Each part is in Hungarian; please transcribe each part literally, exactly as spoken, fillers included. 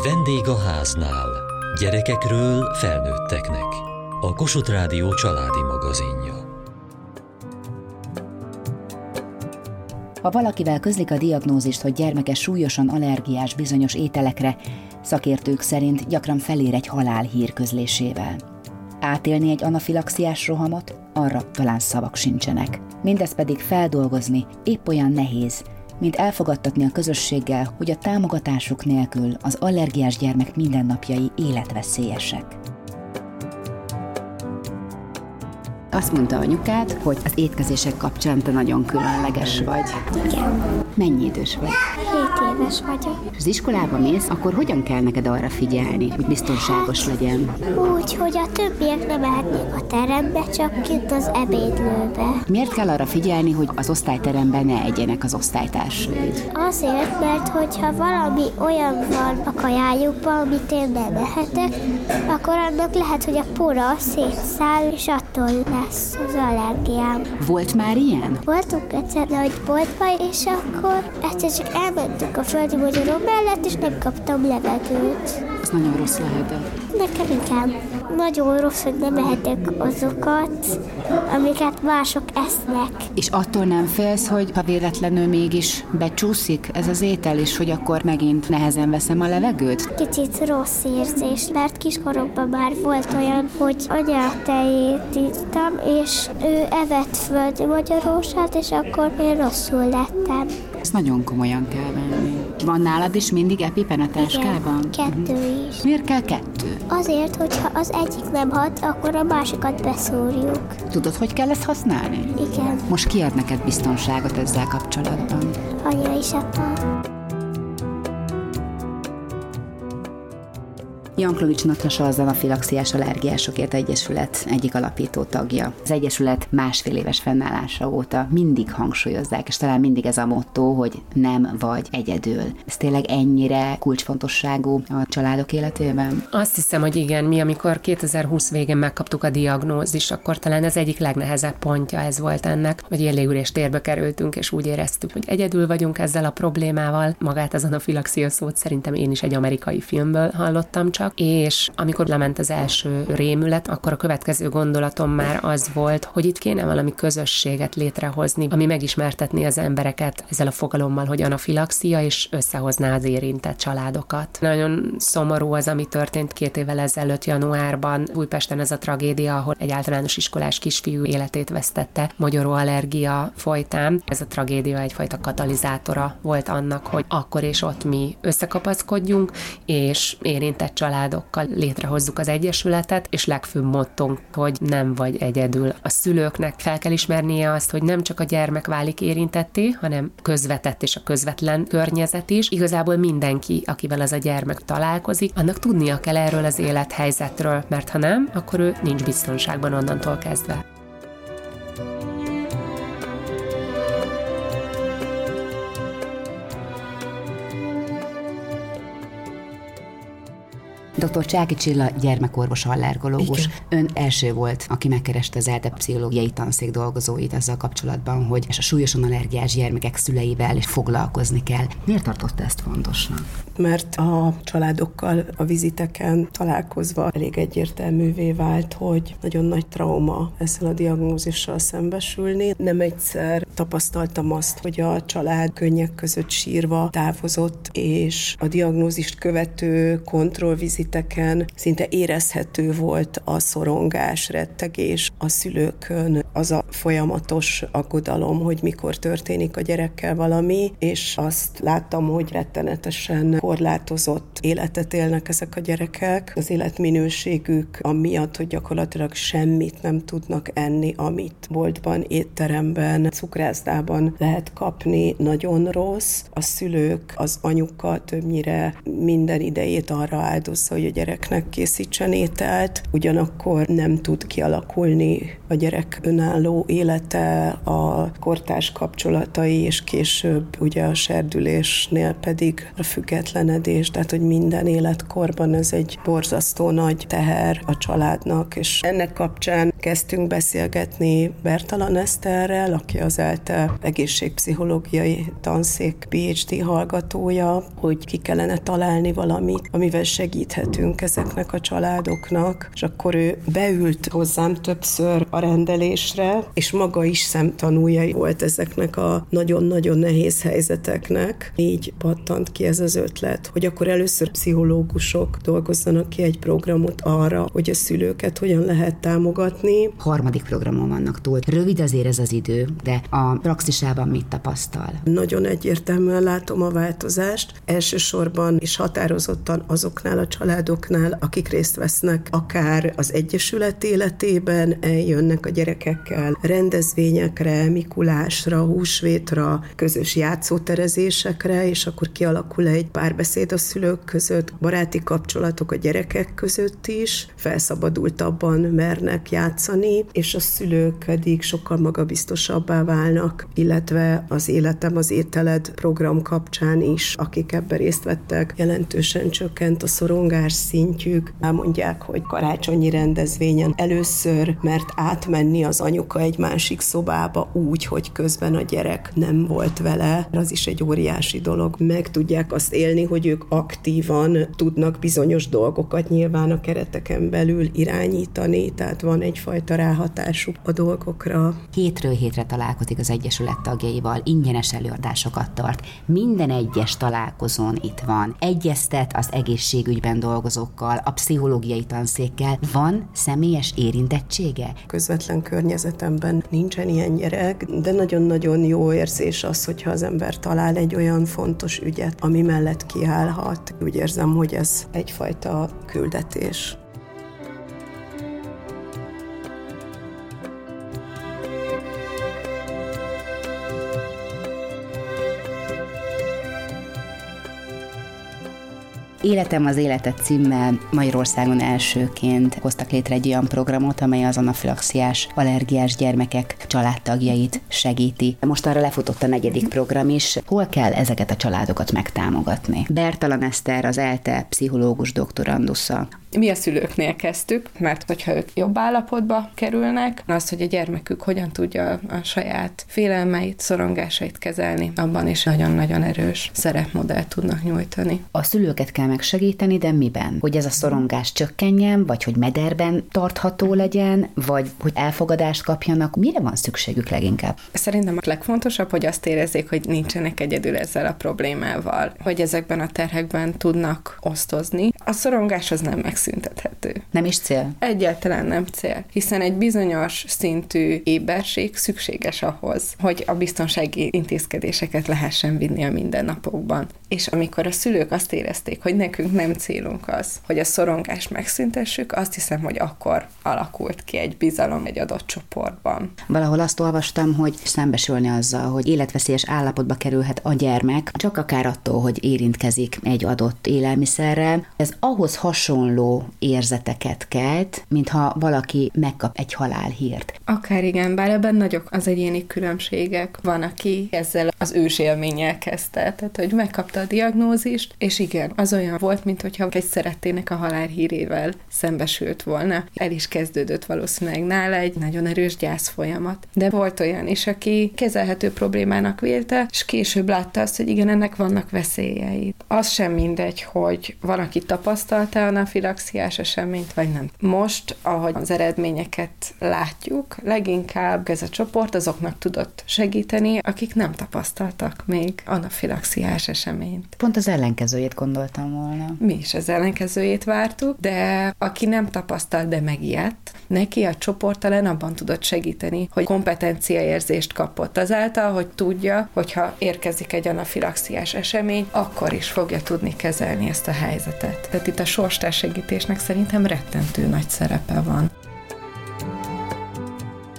Vendég a háznál. Gyerekekről felnőtteknek. A Kossuth Rádió családi magazinja. Ha valakivel közlik a diagnózist, hogy gyermeke súlyosan allergiás bizonyos ételekre, szakértők szerint gyakran felér egy halálhír közlésével. Átélni egy anafilaxiás rohamot, arra talán szavak sincsenek. Mindez pedig feldolgozni épp olyan nehéz, mint elfogadtatni a közösséggel, hogy a támogatásuk nélkül az allergiás gyermek mindennapjai életveszélyesek. Azt mondta anyukád, hogy az étkezések kapcsán te nagyon különleges vagy. Igen. Mennyi idős vagy? Hét éves vagyok. És az iskolába mész, akkor hogyan kell neked arra figyelni, hogy biztonságos legyen? Úgy, hogy a többiek nem mehetnék a terembe, csak kint az ebédlőbe. Miért kell arra figyelni, hogy az osztályteremben ne egyenek az osztálytársaid? Azért, mert hogyha valami olyan van a kajájukban, amit én nem ehetek, akkor annak lehet, hogy a pora szétszáll, és attól lesz az allergiám. Volt már ilyen? Voltunk egyszer nagy boltba, és akkor egyszer csak elmentünk a földi magyarom mellett, és nem kaptam levegőt. Ez nagyon rossz lehetett. Nekem igen. Nagyon rossz, hogy nem ehetek azokat, amiket mások esznek. És attól nem félsz, hogy ha véletlenül mégis becsúszik ez az étel, és hogy akkor megint nehezen veszem a levegőt? Kicsit rossz érzés, mert kiskoromban már volt olyan, hogy anyátejét ittam, és ő evett földi magyarósát, és akkor én rosszul lettem. Ezt nagyon komolyan kell venni. Van nálad is mindig EpiPen a táskában? Igen, kettő is. Miért kell kettő? Azért, hogyha az egyik nem hat, akkor a másikat beszórjuk. Tudod, hogy kell ezt használni? Igen. Most ki ad neked biztonságot ezzel kapcsolatban? Anya és apa. Janklowicz Natasha az Anafilaxiás Allergiásokért Egyesület egyik alapító tagja. Az Egyesület másfél éves fennállása óta mindig hangsúlyozzák, és talán mindig ez a motto, hogy nem vagy egyedül. Ez tényleg ennyire kulcsfontosságú a családok életében? Azt hiszem, hogy igen. Mi, amikor kétezer-húsz végén megkaptuk a diagnózist, akkor talán az egyik legnehezebb pontja ez volt ennek, hogy élégülés térbe kerültünk, és úgy éreztük, hogy egyedül vagyunk ezzel a problémával. Magát az anafilaxia szót szerintem én is egy amerikai filmből hallottam csak, és amikor lement az első rémület, akkor a következő gondolatom már az volt, hogy itt kéne valami közösséget létrehozni, ami megismertetné az embereket ezzel a fogalommal, hogy anafilaxia, és összehozná az érintett családokat. Nagyon szomorú az, ami történt két évvel ezelőtt januárban Újpesten, ez a tragédia, ahol egy általános iskolás kisfiú életét vesztette mogyoróallergia folytán. Ez a tragédia egyfajta katalizátora volt annak, hogy akkor és ott mi összekapaszkodjunk, és érintett családokkal létrehozzuk az egyesületet, és legfőbb mottónk, hogy nem vagy egyedül. A szülőknek fel kell ismernie azt, hogy nem csak a gyermek válik érintetté, hanem közvetett és a közvetlen környezet is. Igazából mindenki, akivel az a gyermek találkozik, annak tudnia kell erről az élethelyzetről, mert ha nem, akkor ő nincs biztonságban onnantól kezdve. doktor Csáky Csilla gyermekorvos allergológus. Ön első volt, aki megkereste az ELTE pszichológiai tanszék dolgozóit azzal kapcsolatban, hogy a súlyosan allergiás gyermekek szüleivel is foglalkozni kell. Miért tartotta ezt fontosnak? Mert a családokkal a viziteken találkozva elég egyértelművé vált, hogy nagyon nagy trauma ezzel a diagnózissal szembesülni. Nem egyszer tapasztaltam azt, hogy a család könnyek között sírva távozott, és a diagnózist követő kontrollviziteken szinte érezhető volt a szorongás, rettegés a szülőkön, az a folyamatos aggodalom, hogy mikor történik a gyerekkel valami, és azt láttam, hogy rettenetesen korlátozott életet élnek ezek a gyerekek. Az életminőségük amiatt, hogy gyakorlatilag semmit nem tudnak enni, amit boltban, étteremben, cukrászdában lehet kapni, nagyon rossz. A szülők, az anyuka többnyire minden idejét arra áldozza, hogy a gyereknek készítsen ételt, ugyanakkor nem tud kialakulni a gyerek önálló élete, a kortárs kapcsolatai, és később ugye a serdülésnél pedig a függetlenedés, tehát hogy minden életkorban ez egy borzasztó nagy teher a családnak, és ennek kapcsán kezdtünk beszélgetni Bertalan Eszterrel, aki az ELTE egészségpszichológiai tanszék pé há dé hallgatója, hogy ki kellene találni valamit, amivel segíthetünk ezeknek a családoknak, és akkor ő beült hozzám többször a rendelésre, és maga is szemtanúja volt ezeknek a nagyon-nagyon nehéz helyzeteknek. Így pattant ki ez az ötlet, hogy akkor először pszichológusok dolgozzanak ki egy programot arra, hogy a szülőket hogyan lehet támogatni. Harmadik programon vannak túl. Rövid azért ez az idő, de a praxisában mit tapasztal? Nagyon egyértelműen látom a változást. Elsősorban és határozottan azoknál a családoknál, akik részt vesznek akár az egyesület életében, eljönnek a gyerekekkel rendezvényekre, Mikulásra, húsvétra, közös játszóterezésekre, és akkor kialakul egy párbeszéd a szülők között, baráti kapcsolatok a gyerekek között is, felszabadultabban mernek játszani, és a szülők pedig sokkal magabiztosabbá válnak, illetve az Életem az ételed program kapcsán is, akik ebben részt vettek, jelentősen csökkent a szorongás szintjük. Elmondják, hogy karácsonyi rendezvényen először mert átmenni az anyuka egy másik szobába úgy, hogy közben a gyerek nem volt vele. Az is egy óriási dolog. Meg tudják azt élni, hogy ők aktívan tudnak bizonyos dolgokat nyilván a kereteken belül irányítani, tehát van egyfajta ráhatásuk a dolgokra. Hétről hétre találkozik az Egyesület tagjaival, ingyenes előadásokat tart. Minden egyes találkozón itt van. Egyeztet az egészségügyben dolgozókkal, a pszichológiai tanszékkel. Van személyes érintettsége? Közvetlen környezetemben nincsen ilyen gyerek, de nagyon-nagyon jó érzés az, hogyha az ember talál egy olyan fontos ügyet, ami mellett kiállhat. Úgy érzem, hogy ez egyfajta küldetés. Életem az életed címmel Magyarországon elsőként hoztak létre egy olyan programot, amely az anafilaxiás, allergiás gyermekek családtagjait segíti. Most arra lefutott a negyedik program is. Hol kell ezeket a családokat megtámogatni? Bertalan Eszter, az ELTE pszichológus doktorandusza. Mi a szülőknél kezdtük, mert hogyha ők jobb állapotba kerülnek, az, hogy a gyermekük hogyan tudja a saját félelmeit, szorongásait kezelni, abban is nagyon-nagyon erős szerepmodellt tudnak nyújtani. A szülőket kell megsegíteni, de miben? Hogy ez a szorongás csökkenjen, vagy hogy mederben tartható legyen, vagy hogy elfogadást kapjanak? Mire van szükségük leginkább? Szerintem a legfontosabb, hogy azt érezzék, hogy nincsenek egyedül ezzel a problémával, hogy ezekben a terhekben tudnak osztozni. A szorongás az nem megszüntethető. Nem is cél? Egyáltalán nem cél, hiszen egy bizonyos szintű éberség szükséges ahhoz, hogy a biztonsági intézkedéseket lehessen vinni a mindennapokban. És amikor a szülők azt érezték, hogy nekünk nem célunk az, hogy a szorongást megszüntessük, azt hiszem, hogy akkor alakult ki egy bizalom egy adott csoportban. Valahol azt olvastam, hogy szembesülni azzal, hogy életveszélyes állapotba kerülhet a gyermek, csak akár attól, hogy érintkezik egy adott élelmiszerrel. Ez ahhoz hasonló érzeteket kelt, mintha valaki megkap egy halálhírt. Akár igen, bár ebben nagyok az egyéni különbségek. Van, aki ezzel az ősélménnyel kezdte, tehát hogy megkapta a diagnózist, és igen, az olyan volt, mintha egy szerettének a halálhírével szembesült volna. El is kezdődött valószínűleg nála egy nagyon erős gyászfolyamat. De volt olyan is, aki kezelhető problémának vélte, és később látta azt, hogy igen, ennek vannak veszélyei. Az sem mindegy, hogy van, aki tapasztalta anafilaxiás eseményt, vagy nem. Most, ahogy az eredményeket látjuk, leginkább ez a csoport azoknak tudott segíteni, akik nem tapasztaltak még anafilaxiás eseményt. Pont az ellenkezőjét gondoltam volna. Mi is az ellenkezőjét vártuk, de aki nem tapasztalt, de megijedt, neki a csoport talán abban tudott segíteni, hogy kompetenciaérzést kapott azáltal, hogy tudja, hogyha érkezik egy anafilaxiás esemény, akkor is fogja tudni kezelni ezt a helyzetet. Tehát itt a sorstársegítésnek szerintem rettentő nagy szerepe van.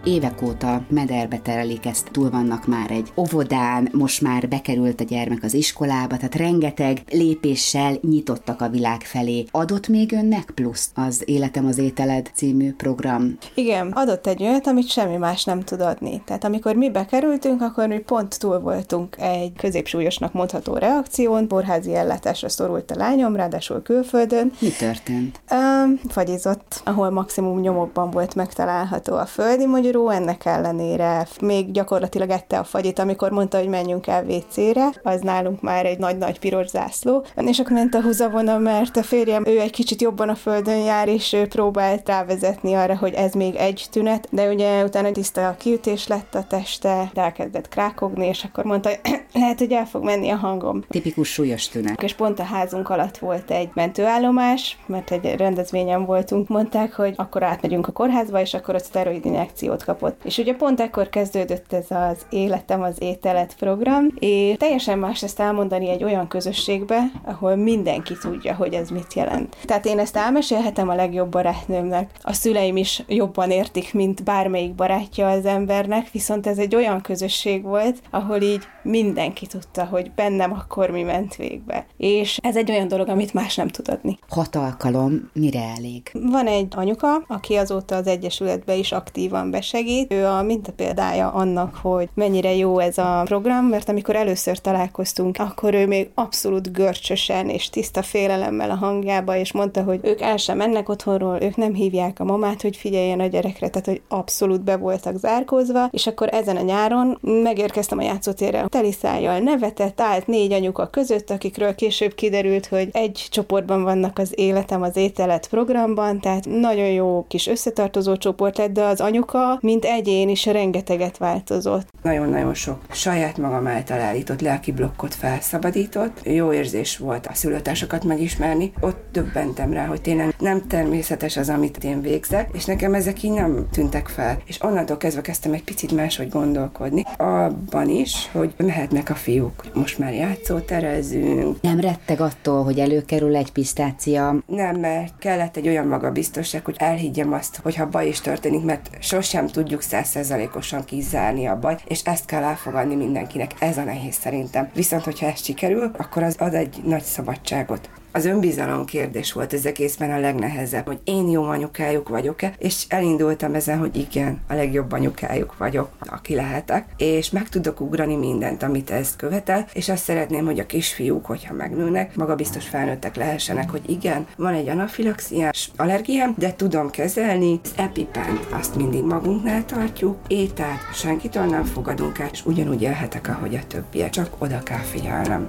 évek óta mederbe terelik ezt, túl vannak már egy óvodán, most már bekerült a gyermek az iskolába, tehát rengeteg lépéssel nyitottak a világ felé. Adott még önnek plusz az Életem az ételed című program? Igen, adott egy olyat, amit semmi más nem tud adni. Tehát amikor mi bekerültünk, akkor mi pont túl voltunk egy középsúlyosnak mondható reakción, kórházi ellátásra szorult a lányom, ráadásul külföldön. Mi történt? Um, fagyizott, ahol maximum nyomokban volt megtalálható a földi mogyoró, ennek ellenére még gyakorlatilag ette a fagyit, amikor mondta, hogy menjünk el vécére, az nálunk már egy nagy-nagy piros zászló. És akkor ment a húzavona, mert a férjem, ő egy kicsit jobban a földön jár, és ő próbált rávezetni arra, hogy ez még egy tünet, de ugye utána tiszta kiütés lett a teste, elkezdett krákogni, és akkor mondta, hogy lehet, hogy el fog menni a hangom. Tipikus súlyos tünet. És pont a házunk alatt volt egy mentőállomás, mert egy rendezvényen voltunk, mondták, hogy akkor átmegyünk a kórházba, és akkor ott szteroid injekciót kapott. És ugye pont ekkor kezdődött ez az Életem az ételed program, és teljesen más ezt elmondani egy olyan közösségbe, ahol mindenki tudja, hogy ez mit jelent. Tehát én ezt elmesélhetem a legjobb barátnőmnek. A szüleim is jobban értik, mint bármelyik barátja az embernek, viszont ez egy olyan közösség volt, ahol így mindenki tudta, hogy bennem akkor mi ment végbe. És ez egy olyan dolog, amit más nem tud adni. Hat alkalom mire elég? Van egy anyuka, aki azóta az Egyesületbe is aktívan besegít. Ő a mintapéldája annak, hogy mennyire jó ez a program, mert amikor először találkoztunk, akkor ő még abszolút görcsösen és tiszta félelemmel a hangjába, és mondta, hogy ők el sem mennek otthonról, ők nem hívják a mamát, hogy figyeljen a gyerekre, tehát hogy abszolút be voltak zárkózva, és akkor ezen a nyáron megérkeztem a játszótérre. Teli szájjal nevetett, állt négy anyuka között, akikről később kiderült, hogy egy csoportban vannak az Életem az ételed programban, tehát nagyon jó kis összetartozó csoport lett, de az anyuka, mint egyén is rengeteget változott. Nagyon-nagyon sok saját magam által állított lelki blokkot felszabadított. Jó érzés volt a szülőtársakat megismerni. Ott döbbentem rá, hogy tényleg nem természetes az, amit én végzek, és nekem ezek így nem tűntek fel. És onnantól kezdve kezdtem egy picit máshogy gondolkodni. Abban is, hogy mehetnek a fiúk. Most már játszóterezünk. Nem retteg attól, hogy előkerül egy pisztácia? Nem, mert kellett egy olyan magabiztosság, hogy elhiggyem azt, hogy ha baj is történik, mert sosem tudjuk százszerzalékosan kizárni a baj, és ezt kell elfogadni mindenkinek. Ez a nehéz szerintem. Viszont, hogyha ez sikerül, akkor az ad egy nagy szabadságot. Az önbizalom kérdés volt ez egészben a legnehezebb, hogy én jó anyukájuk vagyok-e, és elindultam ezen, hogy igen, a legjobb anyukájuk vagyok, aki lehetek, és meg tudok ugrani mindent, amit ez követel, és azt szeretném, hogy a kisfiúk, hogyha megnőnek, magabiztos felnőttek lehessenek, hogy igen, van egy anafilaxiás allergiám, de tudom kezelni, az EpiPen azt mindig magunknál tartjuk, ételt senkitől nem fogadunk el, és ugyanúgy élhetek, ahogy a többiek, csak oda kell figyelnem.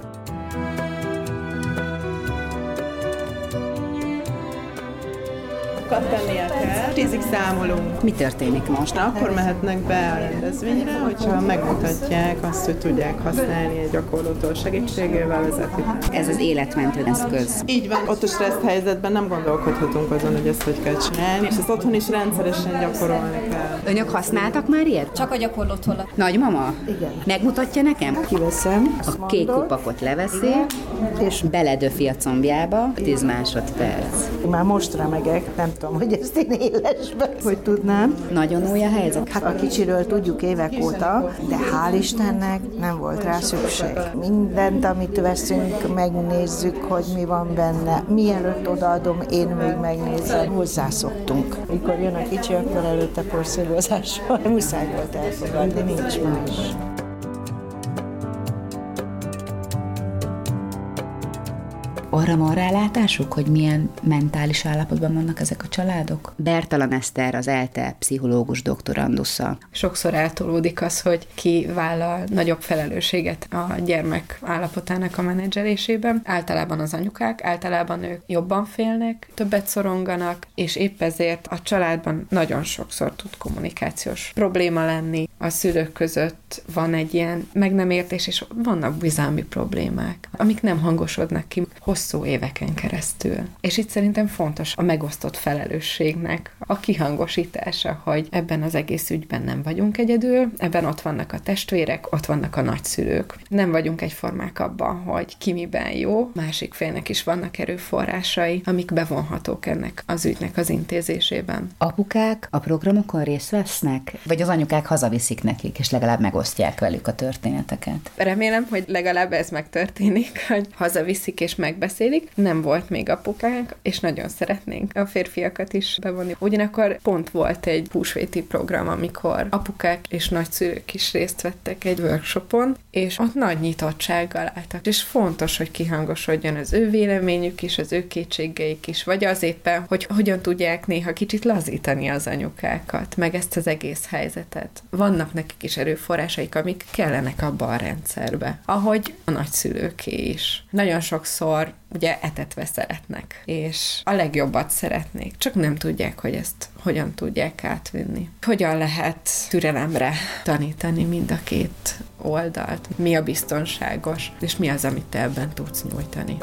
Tennie kell. Tízig számolunk. Mi történik most? Na, akkor mehetnek be a rendezvényre, hogyha megmutatják azt, hogy tudják használni egy gyakorlótól segítségével vezetni. Ez az életmentő eszköz. Így van, ott a stressz helyzetben nem gondolkodhatunk azon, hogy ezt hogy kell csinálni, és ezt otthon is rendszeresen gyakorolni kell. Önök használtak már ilyet? Csak a gyakorlótól. Nagymama? Igen. Megmutatja nekem? Kiveszem. A kék kupakot leveszi, és beledöfi a combjába, tíz másodperc. Már most remegek, nem tudom, hogy ezt én élesben, hogy tudnám. Nagyon új a helyzet. Hát a kicsiről tudjuk évek óta, de hál' Istennek nem volt rá szükség. Mindent, amit veszünk, megnézzük, hogy mi van benne. Mielőtt odaadom, én még megnézem. Hozzászoktunk. Mikor jön a kicsi, akkor előtte porszívózással. Muszáj volt elfogadni, nincs más. Arra van rálátásuk, hogy milyen mentális állapotban vannak ezek a családok? Bertalan Eszter, az ELTE pszichológus doktorandusza. Sokszor eltolódik az, hogy ki vállal nagyobb felelősséget a gyermek állapotának a menedzselésében. Általában az anyukák, általában ők jobban félnek, többet szoronganak, és épp ezért a családban nagyon sokszor tud kommunikációs probléma lenni. A szülők között van egy ilyen meg nem értés, és vannak bizalmi problémák, amik nem hangosodnak ki hosszú éveken keresztül. És itt szerintem fontos a megosztott felelősségnek a kihangosítása, hogy ebben az egész ügyben nem vagyunk egyedül, ebben ott vannak a testvérek, ott vannak a nagyszülők. Nem vagyunk egyformák abban, hogy ki miben jó, másik félnek is vannak erőforrásai, amik bevonhatók ennek az ügynek az intézésében. Apukák a programokon részt vesznek? Vagy az anyukák hazaviszik nekik, és legalább megosztják velük a történeteket? Remélem, hogy legalább ez megtörténik, hogy hazaviszik és megbeszélik. Nem volt még apukánk, és nagyon szeretnénk a férfiakat is bevonni. Ugyanakkor pont volt egy húsvéti program, amikor apukák és nagyszülők is részt vettek egy workshopon, és ott nagy nyitottsággal álltak. És fontos, hogy kihangosodjon az ő véleményük is, az ő kétségeik is, vagy az éppen, hogy hogyan tudják néha kicsit lazítani az anyukákat, meg ezt az egész helyzetet. Vannak nekik is erőforrásaik, amik kellenek abba a rendszerbe. Ahogy a nagyszülőké is. Nagyon sokszor ugye etetve szeretnek, és a legjobbat szeretnék, csak nem tudják, hogy ezt hogyan tudják átvinni. Hogyan lehet türelemre tanítani mind a két oldalt, mi a biztonságos, és mi az, amit te ebben tudsz nyújtani.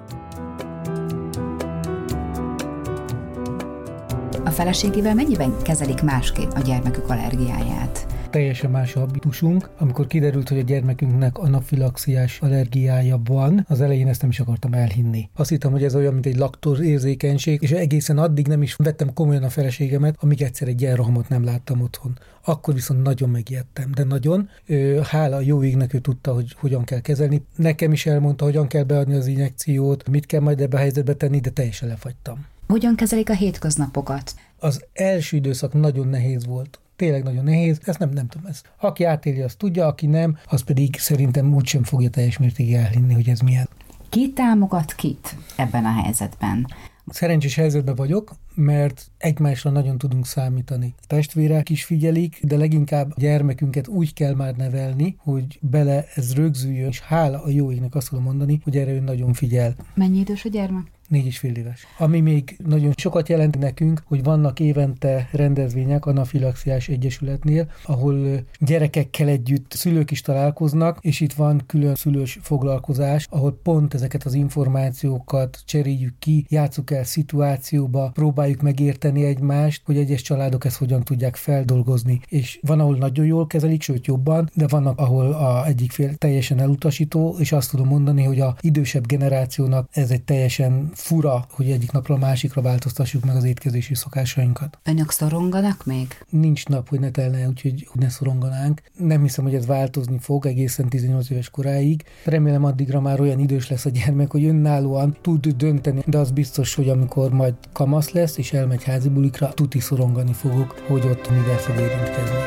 A feleségével mennyiben kezelik másképp a gyermekük allergiáját? Teljesen más a habitusunk. Amikor kiderült, hogy a gyermekünknek anafilaxiás allergiája van, az elején ezt nem is akartam elhinni. Azt hittem, hogy ez olyan, mint egy laktózérzékenység, és egészen addig nem is vettem komolyan a feleségemet, amíg egyszer egy ilyen rohamot nem láttam otthon. Akkor viszont nagyon megijedtem, de nagyon. Hála a jó égnek, ő tudta, hogy hogyan kell kezelni. Nekem is elmondta, hogyan kell beadni az injekciót, mit kell majd ebbe a helyzetbe tenni, de teljesen lefagytam. Hogyan kezelik a hétköznapokat? Az első időszak nagyon nehéz volt. Tényleg nagyon nehéz, ezt nem, nem tudom. Ezt. Aki átéli, azt tudja, aki nem, az pedig szerintem úgysem fogja teljes mértékig elhinni, hogy ez milyen. Ki támogat kit ebben a helyzetben? Szerencsés helyzetben vagyok, mert egymásra nagyon tudunk számítani. Testvérek is figyelik, de leginkább a gyermekünket úgy kell már nevelni, hogy bele ez rögzüljön, és hála a jó égnek azt tudom mondani, hogy erre ő nagyon figyel. Mennyi idős a gyermek? Négy és fél éves. Ami még nagyon sokat jelent nekünk, hogy vannak évente rendezvények Anafilaxiás Egyesületnél, ahol gyerekekkel együtt szülők is találkoznak, és itt van külön szülős foglalkozás, ahol pont ezeket az információkat cseréljük ki, játsszuk el szituációba, próbáljuk megérteni egymást, hogy egyes családok ezt hogyan tudják feldolgozni. És van, ahol nagyon jól kezelik, sőt jobban, de vannak, ahol a egyik fél teljesen elutasító, és azt tudom mondani, hogy az idősebb generációnak ez egy teljesen fura, hogy egyik napra a másikra változtassuk meg az étkezési szokásainkat. Önök szoronganak még? Nincs nap, hogy ne telne, úgyhogy ne szoronganánk. Nem hiszem, hogy ez változni fog egészen tizennyolc éves koráig. Remélem addigra már olyan idős lesz a gyermek, hogy önállóan tud dönteni, de az biztos, hogy amikor majd kamasz lesz, és elmegy házi bulikra, tuti szorongani fogok, hogy ott mivel fog érintkezni.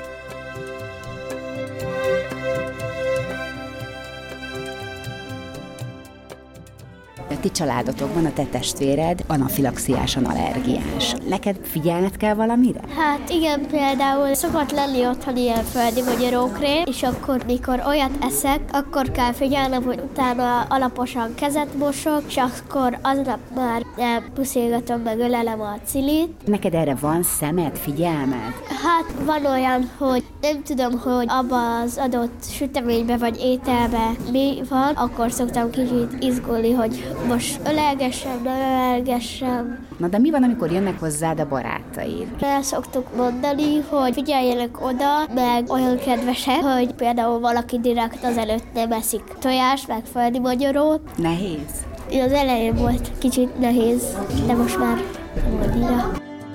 A ti családotokban a te testvéred anafilaxiásan allergiás. Neked figyelned kell valamire? Hát igen, például szokott lenni otthon ilyen földi magyarókrém, és akkor, mikor olyat eszek, akkor kell figyelnem, hogy utána alaposan kezet mosok, és akkor aznap már nem puszilgatom meg, ölelem a cilit. Neked erre van szemed, figyelmed? Hát van olyan, hogy nem tudom, hogy abban az adott süteményben vagy ételben mi van, akkor szoktam kicsit izgulni, hogy most ölelgessem, nem ölelgessem. Na de mi van, amikor jönnek hozzád a barátaid? El szoktuk mondani, hogy figyeljenek oda, meg olyan kedvesek, hogy például valaki direkt azelőtt nem eszik tojást, meg földi magyarót. Nehéz? Az elején volt kicsit nehéz, de most már nem annyira.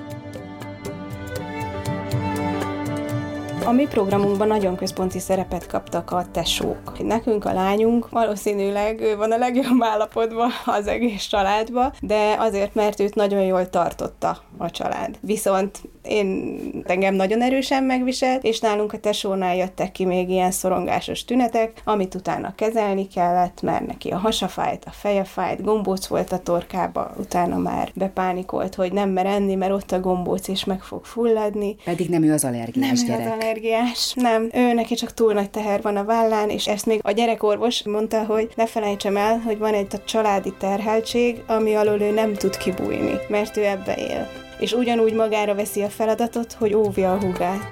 A mi programunkban nagyon központi szerepet kaptak a tesók. Nekünk a lányunk valószínűleg ő van a legjobb állapotban az egész családban, de azért, mert őt nagyon jól tartotta a család. Viszont én engem nagyon erősen megviselt, és nálunk a tesónál jöttek ki még ilyen szorongásos tünetek, amit utána kezelni kellett, mert neki a hasa fájt, a feje fájt, gombóc volt a torkába, utána már bepánikolt, hogy nem mer enni, mert ott a gombóc és meg fog fulladni. Pedig nem ő az allergiás nem gyerek. Nem az allergiás, nem. Ő neki csak túl nagy teher van a vállán, és ezt még a gyerekorvos mondta, hogy ne felejtsem el, hogy van egy családi terheltség, ami alól ő nem tud kibújni, mert ő ebbe él. És ugyanúgy magára veszi a feladatot, hogy óvja a húgát.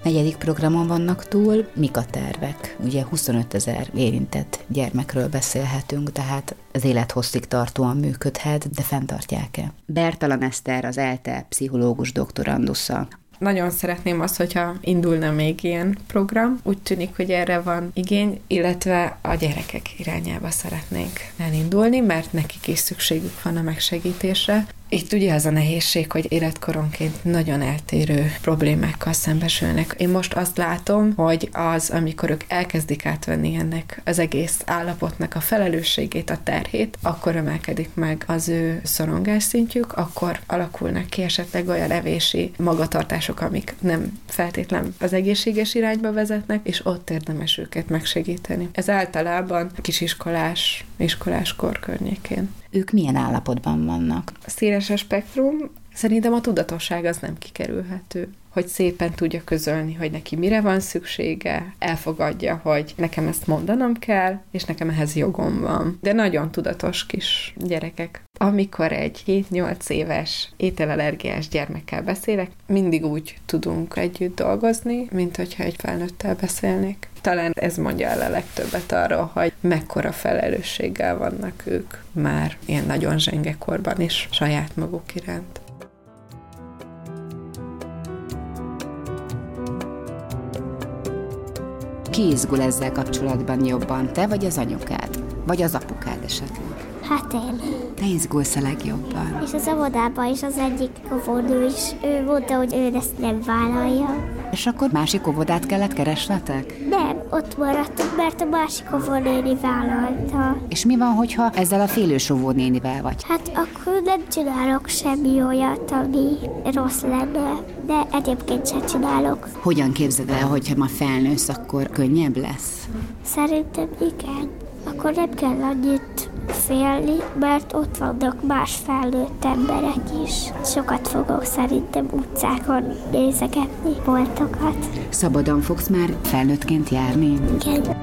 Negyedik programon vannak túl, mik a tervek? Ugye huszonöt ezer érintett gyermekről beszélhetünk, tehát az élethosszig tartóan működhet, de fenntartják-e? Bertalan Eszter, az ELTE pszichológus doktorandusza. Nagyon szeretném azt, hogyha indulna még ilyen program. Úgy tűnik, hogy erre van igény, illetve a gyerekek irányába szeretnénk elindulni, mert nekik is szükségük van a megsegítésre. Itt ugye az a nehézség, hogy életkoronként nagyon eltérő problémákkal szembesülnek. Én most azt látom, hogy az, amikor ők elkezdik átvenni ennek az egész állapotnak a felelősségét, a terhét, akkor emelkedik meg az ő szorongásszintjük, akkor alakulnak ki esetleg olyan evési magatartások, amik nem feltétlen az egészséges irányba vezetnek, és ott érdemes őket megsegíteni. Ez általában kisiskolás, iskoláskor környékén. Ők milyen állapotban vannak? Széles a spektrum, szerintem a tudatosság az nem kikerülhető. Hogy szépen tudja közölni, hogy neki mire van szüksége, elfogadja, hogy nekem ezt mondanom kell, és nekem ehhez jogom van. De nagyon tudatos kis gyerekek. Amikor egy hét-nyolc éves ételallergiás gyermekkel beszélek, mindig úgy tudunk együtt dolgozni, mint hogyha egy felnőttel beszélnék. Talán ez mondja el a legtöbbet arról, hogy mekkora felelősséggel vannak ők már ilyen nagyon zsenge korban is saját maguk iránt. Ki izgul ezzel kapcsolatban jobban, te vagy az anyukád? Vagy az apukád esetleg? Hát én. Te izgulsz a legjobban. És az óvodában is az egyik óvodó is, ő mondta, hogy ő ezt nem vállalja. És akkor másik óvodát kellett keresnetek? Nem, ott maradtunk, mert a másik óvónéni vállalta. És mi van, hogyha ezzel a félős óvónénivel vagy? Hát akkor nem csinálok semmi olyat, ami rossz lenne, de egyébként sem csinálok. Hogyan képzeld el, hogyha ma felnősz, akkor könnyebb lesz? Szerintem igen. Akkor nem kell annyit félni, mert ott vannak más felnőtt emberek is. Sokat fogok szerintem utcákon nézegetni boltokat. Szabadon fogsz már felnőttként járni? Igen.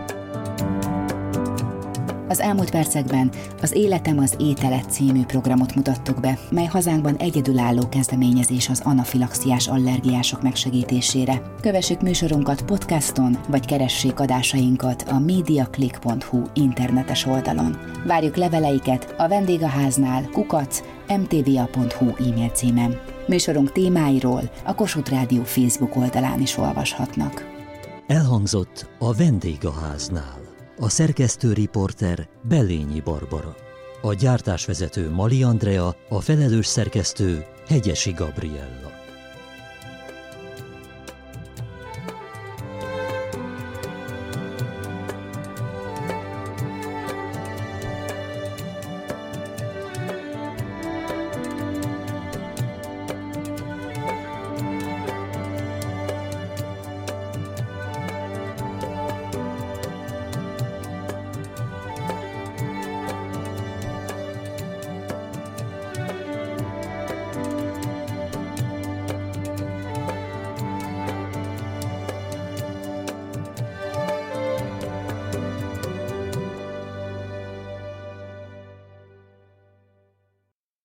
Az elmúlt percekben az Életem az ételet című programot mutattuk be, mely hazánkban egyedülálló kezdeményezés az anafilaxiás allergiások megsegítésére. Kövessék műsorunkat podcaston, vagy keressék adásainkat a mediaclick pont hu internetes oldalon. Várjuk leveleiket a vendégháznál kukac em té vé á pont hu e-mail címen. Műsorunk témáiról a Kossuth Rádió Facebook oldalán is olvashatnak. Elhangzott a vendégháznál. A szerkesztő riporter Bellényi Barbara. A gyártásvezető Mali Andrea, a felelős szerkesztő Hegyesi Gabriella.